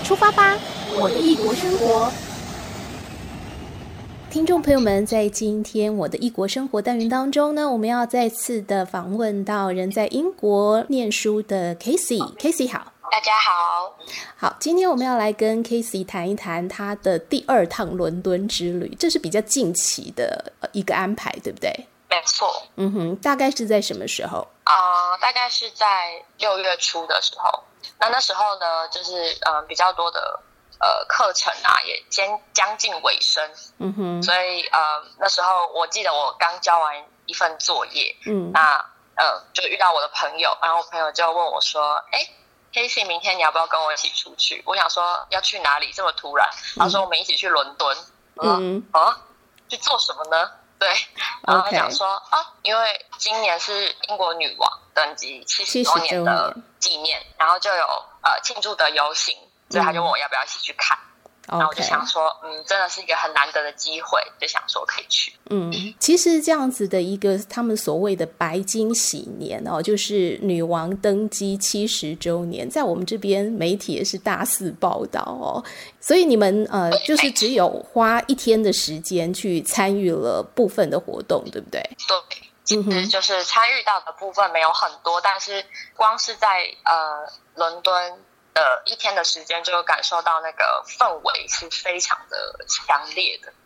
出发吧，我的异国生活。听众朋友们，在今天我的异国生活单元当中呢，我们要再次的访问到人在英国念书的 Casey。Casey 好。 大家好。 好，今天我们要来跟 Casey 谈一谈他的第2趟伦敦之旅，这是比较近期的一个安排，对不对？ 没错。 大概是在什么时候？ 大概是在6月初的时候。那时候呢，就是比较多的课程啊，也将近尾声。所以那时候我记得我刚交完一份作业，那就遇到我的朋友，然后我朋友就问我说：“Casey， 明天你要不要跟我一起出去？”我想说要去哪里这么突然，他说我们一起去伦敦。去做什么呢？对，然后讲说因为今年是英国女王登基70周年的纪念，然后就有庆祝的游行，所以他就问我要不要一起去看。然后我就想说真的是一个很难得的机会，就想说可以去。 其实这样子的一个他们所谓的白金禧年就是女王登基70周年，在我们这边媒体也是大肆报道所以你们就是只有花1天的时间去参与了部分的活动，对不对？ 对，其实就是参与到的部分没有很多，但是光是在伦敦1天的时间就感受到那个氛围是非常的强烈的。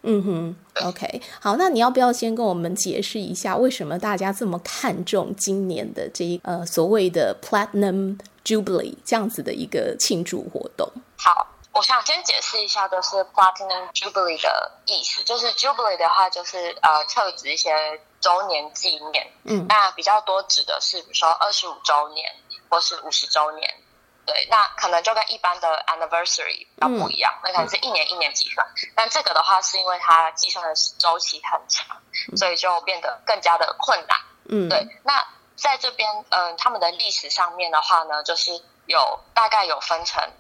OK， 好，那你要不要先跟我们解释一下为什么大家这么看重今年的这所谓的 Platinum Jubilee 这样子的一个庆祝活动？ 好，我想先解释一下就是 Platinum Jubilee 的意思，就是 Jubilee 的话就是特指一些周年纪念，那比较多指的是比如说25周年或是50周年。对，那可能就跟一般的 anniversary 比较不一样，那可能是一年计算，但这个的话是因为它计算的周期很长，所以就变得更加的困难。对，那在这边他们的历史上面的话呢，就是大概有分成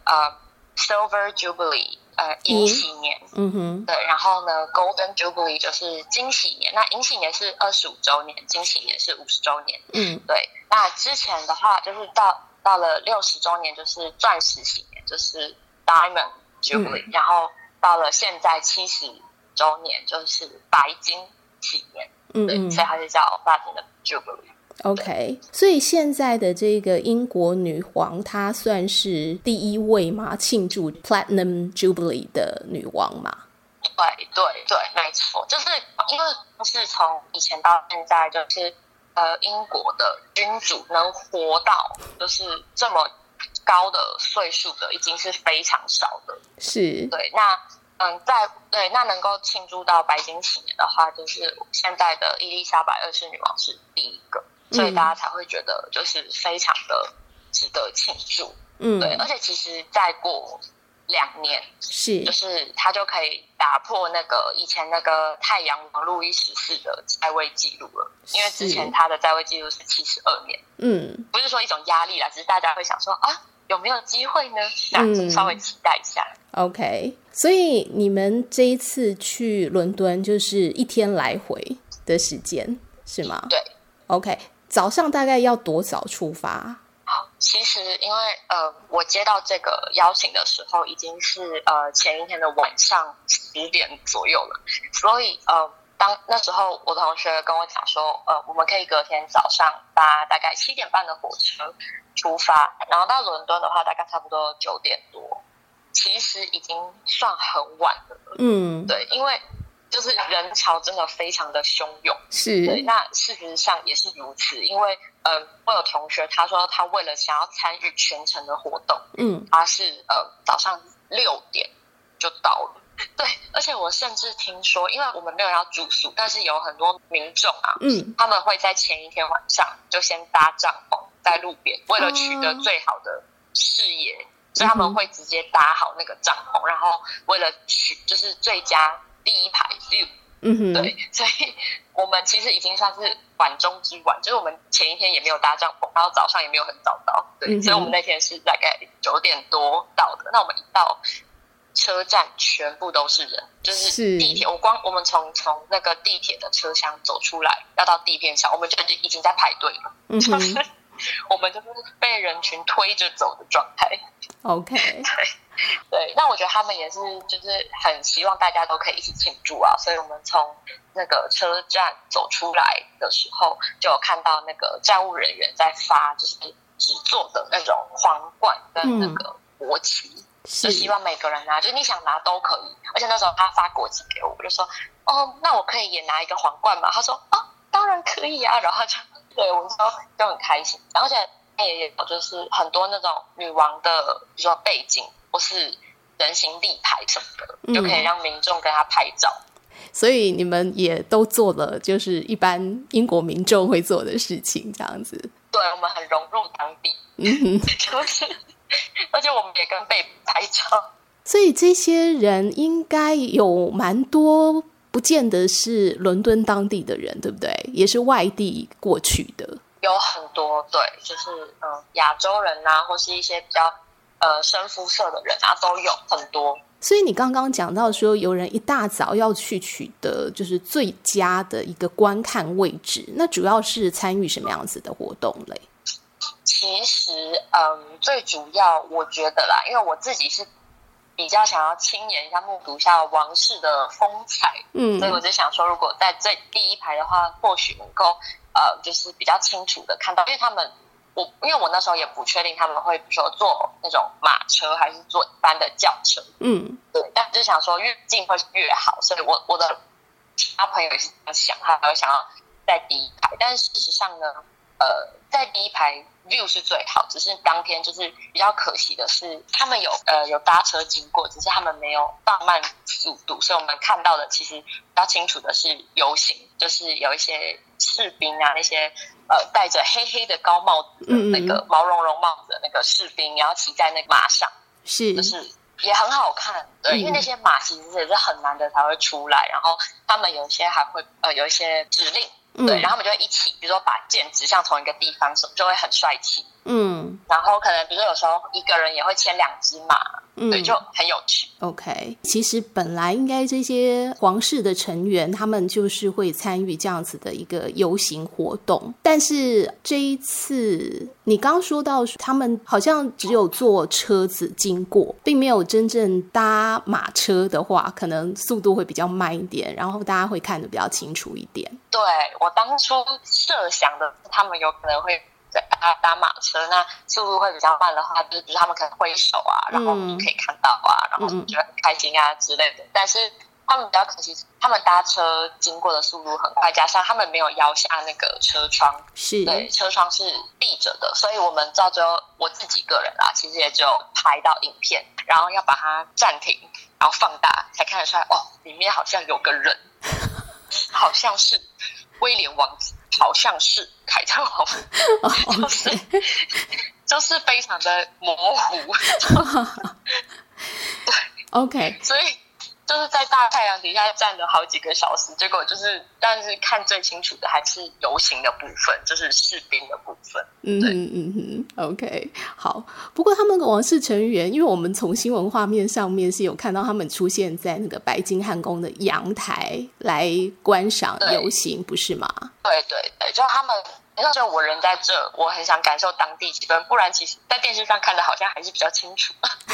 Silver Jubilee 银禧年，对，然后呢 Golden Jubilee 就是金禧年，那银禧年是25周年，金禧年是50周年。对，那之前的话就是到了60周年就是钻石禧年，就是 Diamond Jubilee，然后到了现在70周年就是白金禧年。对，所以它就叫 Platinum Jubilee。OK， 所以现在的这个英国女皇她算是第一位吗？庆祝 Platinum Jubilee 的女王吗？ 对，没错，就是因为是从以前到现在就是英国的君主能活到就是这么高的岁数的已经是非常少的。是，对，那那能够庆祝到白金禧年的话，就是现在的伊丽莎白2世女王是第一个，所以大家才会觉得就是非常的值得庆祝。对，而且其实再过2年，就是他就可以打破那个以前那个太阳王路易14的在位记录了，因为之前他的在位记录是72年。不是说一种压力啦，只是大家会想说有没有机会呢？这样子稍微期待一下。 OK， 所以你们这一次去伦敦就是1天来回的时间是吗？ 对。 OK， 早上大概要多早出发？ 其实因为我接到这个邀请的时候已经是前一天的晚上10点左右了，所以那时候我的同学跟我讲说我们可以隔天早上搭大概7点半的火车出发，然后到伦敦的话大概差不多9点多，其实已经算很晚了。对，因为就是人潮真的非常的汹涌。是，对，那事实上也是如此，因为我有同学他说他为了想要参与全程的活动，他是早上6点就到了。对，而且我甚至听说，因为我们没有要住宿，但是有很多民众他们会在前一天晚上就先搭帐篷在路边，为了取得最好的视野，所以他们会直接搭好那个帐篷，然后为了取就是最佳第一排 view。对，所以我们其实已经算是晚中之晚，就是我们前一天也没有搭帐篷，然后早上也没有很早到。对，所以我们那天是大概9点多到的。那我们一到车站全部都是人，就是地铁，我们从那个地铁的车厢走出来要到地面上，我们就已经在排队了。就是我们就是被人群推着走的状态。 OK， 对， 对，那我觉得他们也是就是很希望大家都可以一起庆祝啊，所以我们从那个车站走出来的时候，就有看到那个站务人员在发就是纸做的那种皇冠跟那个国旗，就希望每个人拿，就是你想拿都可以。而且那时候他发国旗给我，我就说哦，那我可以也拿一个皇冠吗？他说哦，当然可以啊。然后对我就很开心，而且也有就是很多那种女王的，比如说背景或是人形立牌什么的，就可以让民众跟他拍照。 所以你们也都做了就是一般英国民众会做的事情，这样子。 对，我们很融入当地，就是而且我们也跟贝比拍照。 所以这些人应该有蛮多不见得是伦敦当地的人，对不对？也是外地过去的。 有很多，对，就是亚洲人啊，或是一些比较深肤色的人啊，都有很多。 所以你刚刚讲到说，有人一大早要去取得就是最佳的一个观看位置，那主要是参与什么样子的活动嘞？ 其实，最主要我觉得啦，因为我自己是比较想要亲眼一下、目睹一下王室的风采，所以我就想说，如果在最第一排的话，或许能够就是比较清楚的看到，因为因为我那时候也不确定他们会比如说坐那种马车还是坐一般的轿车，对，但就是想说越近会越好，所以我的其他朋友也是这样想，他会想要在第一排，但是事实上呢，在第一排 view 是最好，只是当天就是比较可惜的是，他们有搭车经过，只是他们没有放慢速度，所以我们看到的其实比较清楚的是游行，就是有一些士兵啊，那些戴着黑黑的高帽子的那个毛茸茸帽子的那个士兵，然后骑在那个马上，就是也很好看，对，因为那些马其实也是很难的才会出来，然后他们有一些还会有一些指令。对，然后他们就会一起，比如说把剑指向同一个地方，什么就会很帅气。然后可能比如说有时候一个人也会牵2只马，对，就很有趣。 OK， 其实本来应该这些皇室的成员，他们就是会参与这样子的一个游行活动，但是这一次你刚说到他们好像只有坐车子经过，并没有真正搭马车的话，可能速度会比较慢一点，然后大家会看得比较清楚一点。 对，我当初设想的他们有可能会搭马车，那速度会比较慢的话，就是比如他们可能挥手啊，然后你可以看到啊，然后觉得很开心啊之类的。但是他们比较可惜，他们搭车经过的速度很快，加上他们没有摇下那个车窗，对，车窗是闭着的，所以我们到最后我自己个人啦，其实也只有拍到影片，然后要把它暂停，然后放大才看得出来，哦，里面好像有个人，好像是威廉王子，好像是凯特王子，就是非常的模糊。对 ，OK， 所以就是在大太阳底下站了好几个小时，结果就是，但是看最清楚的还是游行的部分，就是士兵的部分。 OK， 好。不过他们的王室成员，因为我们从新闻画面上面是有看到他们出现在那个白金汉宫的阳台来观赏游行，不是吗？对对对， 就他们。那时候我人在这，我很想感受当地气氛，不然其实在电视上看的好像还是比较清楚。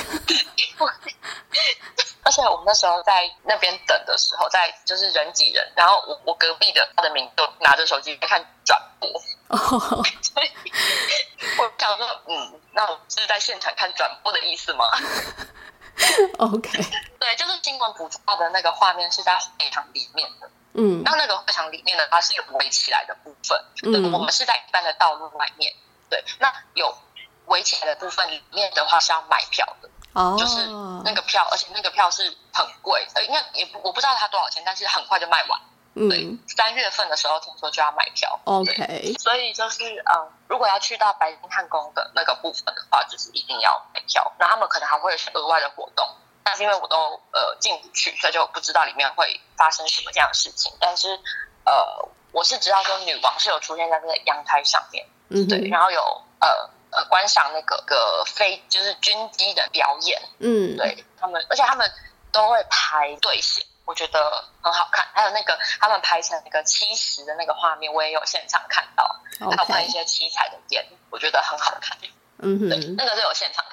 而且我们那时候在那边等的时候，在就是人挤人，然后我隔壁的他的民众拿着手机在看转播，所以我想说，那我是在现场看转播的意思吗 ？OK， 对，就是新闻捕捉到的那个画面是在会场里面的。那个会场里面的它是有围起来的部分，我们是在一般的道路外面，对，那有围起来的部分里面的话是要买票的，就是那个票，而且那个票是很贵，应该我不知道它多少钱，但是很快就卖完。对，3月份的时候听说就要买票。 OK， 所以就是如果要去到白金汉宫的那个部分的话，就是一定要买票。那他们可能还会有额外的活动。但是因为我都进不去，所以就不知道里面会发生什么这样的事情。但是我是知道说女王是有出现在那个阳台上面，对，然后有观赏那个就是军机的表演，对他们，而且他们都会排队写，我觉得很好看。还有那个他们排成那个70的那个画面，我也有现场看到，还有看一些七彩的烟，我觉得很好看。对，那个是有现场看到的。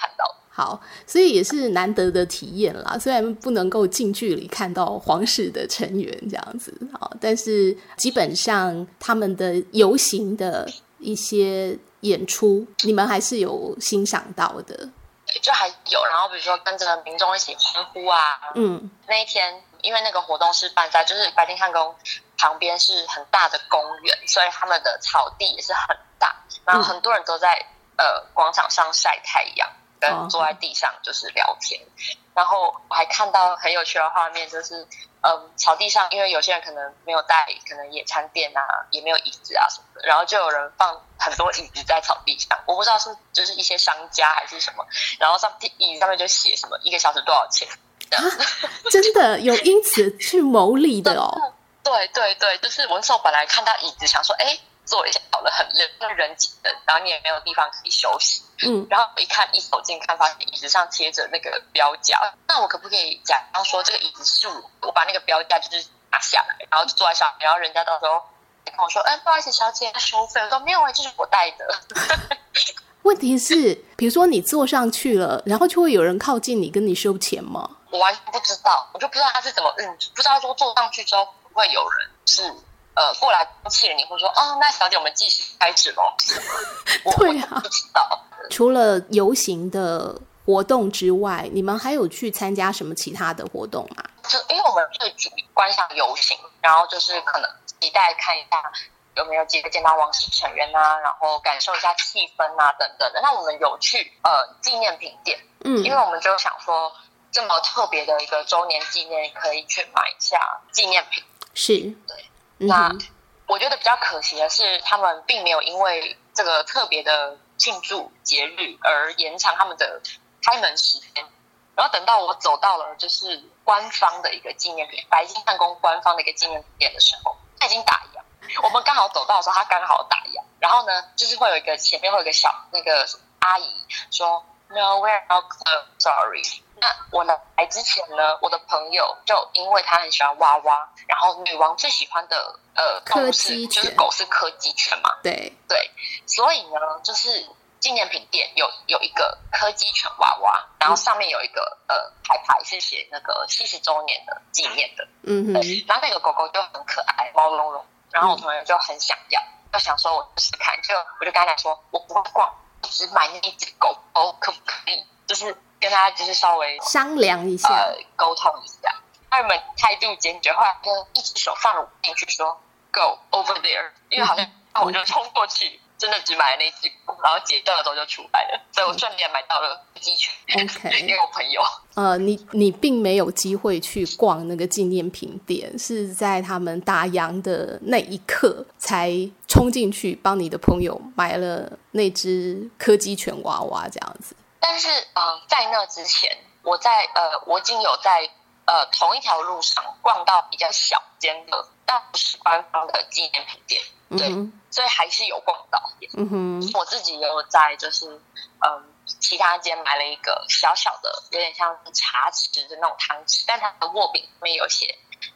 好，所以也是难得的体验啦。虽然不能够近距离看到皇室的成员这样子，但是基本上他们的游行的一些演出，你们还是有欣赏到的。 就还有，然后比如说跟着民众一起欢呼啊。那一天因为那个活动是办在就是白金汉宫旁边是很大的公园，所以他们的草地也是很大，然后很多人都在广场上晒太阳，跟坐在地上就是聊天。然后我还看到很有趣的画面，就是草地上，因为有些人可能没有带可能野餐垫啊，也没有椅子啊什么的，然后就有人放很多椅子在草地上，我不知道是就是一些商家还是什么，然后椅子上面就写什么1个小时多少钱这样子。 真的有因此去牟利的哦。 对对对，就是我那时候本来看到椅子想说坐一下好了，很累，因为人挤人，然后你也没有地方可以休息。然后我一走近看，发现椅子上贴着那个标价，那我可不可以假装说这个椅子是我把那个标价就是拿下来，然后就坐在上面，然后人家到时候跟我说不好意思小姐收费，我说没有这是我带的。 问题是比如说你坐上去了，然后就会有人靠近你跟你收钱吗？ 我完全不知道，我就不知道他是怎么不知道说坐上去之后会不会有人是过来关切你，或者说那小姐我们计时开始咯。 对啊， 我不知道。 除了游行的活动之外，你们还有去参加什么其他的活动吗？ 就因为我们是观赏游行，然后就是可能期待看一下有没有机会见到王室成员啊，然后感受一下气氛啊等等的。那我们有去纪念品店，因为我们就想说这么特别的一个周年纪念，可以去买一下纪念品。 是， 对。那我觉得比较可惜的是，他们并没有因为这个特别的庆祝节日而延长他们的开门时间。然后等到我走到了就是官方的一个纪念品，白金汉宫官方的一个纪念品店的时候，他已经打烊。我们刚好走到的时候，他刚好打烊。然后呢，就是会有一个前面会有一个小那个阿姨说 No, we're not closed, sorry。那我来之前呢，我的朋友就因为他很喜欢娃娃，然后女王最喜欢的动物是就是狗是柯基犬嘛， 对对，所以呢，就是纪念品店有一个柯基犬娃娃，然后上面有一个牌是写那个70周年的纪念的，对，然后那个狗狗就很可爱，毛茸茸，然后我同学就很想要，就想说我试试看，我就跟他讲说，我不会逛，我只买那一只狗狗，可不可以？就是跟他就是稍微商量一下， 沟通一下。他们态度坚决，后来就一只手放了我进去说 Go over there， 因为好像我就冲过去，真的只买了那只狗，然后结账的时候就出来了，所以我顺便买到了鸡犬。 OK， 给我朋友。 你并没有机会去逛那个纪念品店，是在他们打烊的那一刻才冲进去帮你的朋友买了那只柯基犬娃娃这样子。 但是在那之前，我已经有在同一条路上逛到比较小间的，但不是官方的纪念品店，对，所以还是有逛到。我自己也有在就是其他间买了一个小小的，有点像茶匙的那种汤匙，但它的握柄上面有写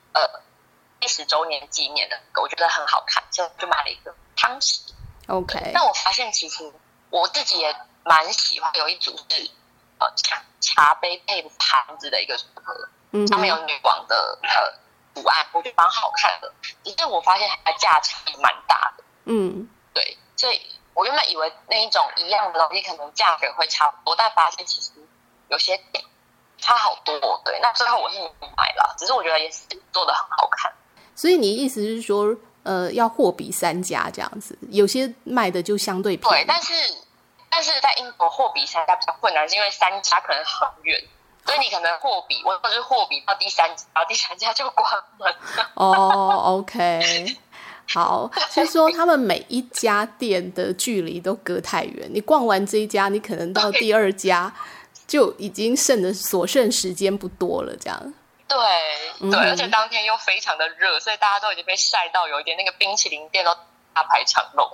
70周年纪念的，我觉得很好看，所以就买了一个汤匙。 OK， 但我发现其实我自己也蛮喜欢有一组是茶杯配盘子的一个组合，上面有女王的图案，我觉得蛮好看的。只是我发现它的价差也蛮大的，对，所以我原本以为那一种一样的东西可能价格会差不多，但发现其实有些点差好多。对，那最后我是没买了，只是我觉得也是做得很好看。 所以你意思是说，要货比三家这样子，有些卖的就相对便宜。 对，但是在英国货比三家比较困难，是因为三家可能很远，所以你可能我就是货比到第三家，然后第三家就关门。 OK， 好，所以说他们每一家店的距离都隔太远，你逛完这一家，你可能到第二家就已经所剩时间不多了，这样。 对，而且当天又非常的热，所以大家都已经被晒到有一点那个冰淇淋店都大排长龙。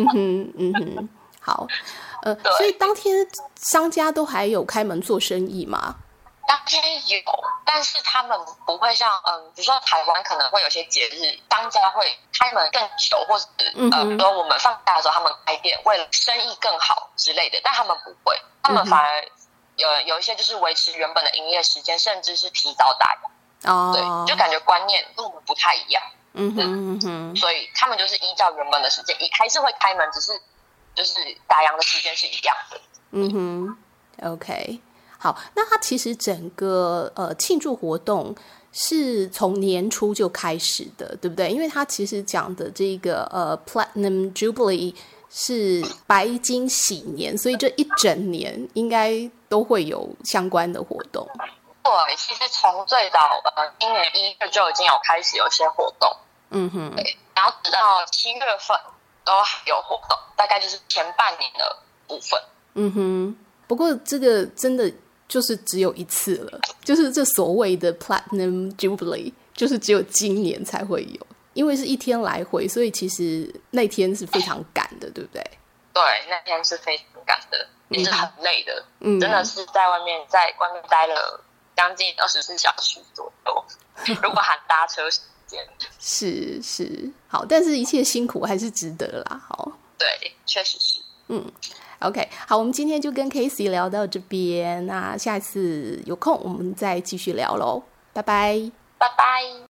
好，所以当天商家都还有开门做生意吗？ 当天有，但是他们不会像比如说台湾可能会有些节日，商家会开门更久，或是比如说我们放假的时候他们开店，为了生意更好之类的，但他们不会，他们反而有一些就是维持原本的营业时间，甚至是提早打烊。 哦， 对，就感觉观念跟我们不太一样。 嗯所以他们就是依照原本的时间，还是会开门，只是就是打烊的时间是一样的。 OK， 好，那它其实整个庆祝活动是从年初就开始的，对不对？因为它其实讲的这个Platinum Jubilee 是白金禧年，所以这一整年应该都会有相关的活动。 对，其实从最早今年1月就已经有开始有些活动。对，然后直到7月份都还有活动，大概就是前半年的部分。 不过这个真的就是只有一次了，就是这所谓的 Platinum Jubilee 就是只有今年才会有，因为是一天来回，所以其实那天是非常赶的，对不对？ 对，那天是非常赶的，也是很累的。真的是在外面待了将近24小时左右，如果含搭车时间。 是，好，但是一切辛苦还是值得啦。好， 对，确实是。 OK， 好，我们今天就跟 Casey 聊到这边，那下次有空我们再继续聊咯，拜拜。 拜拜。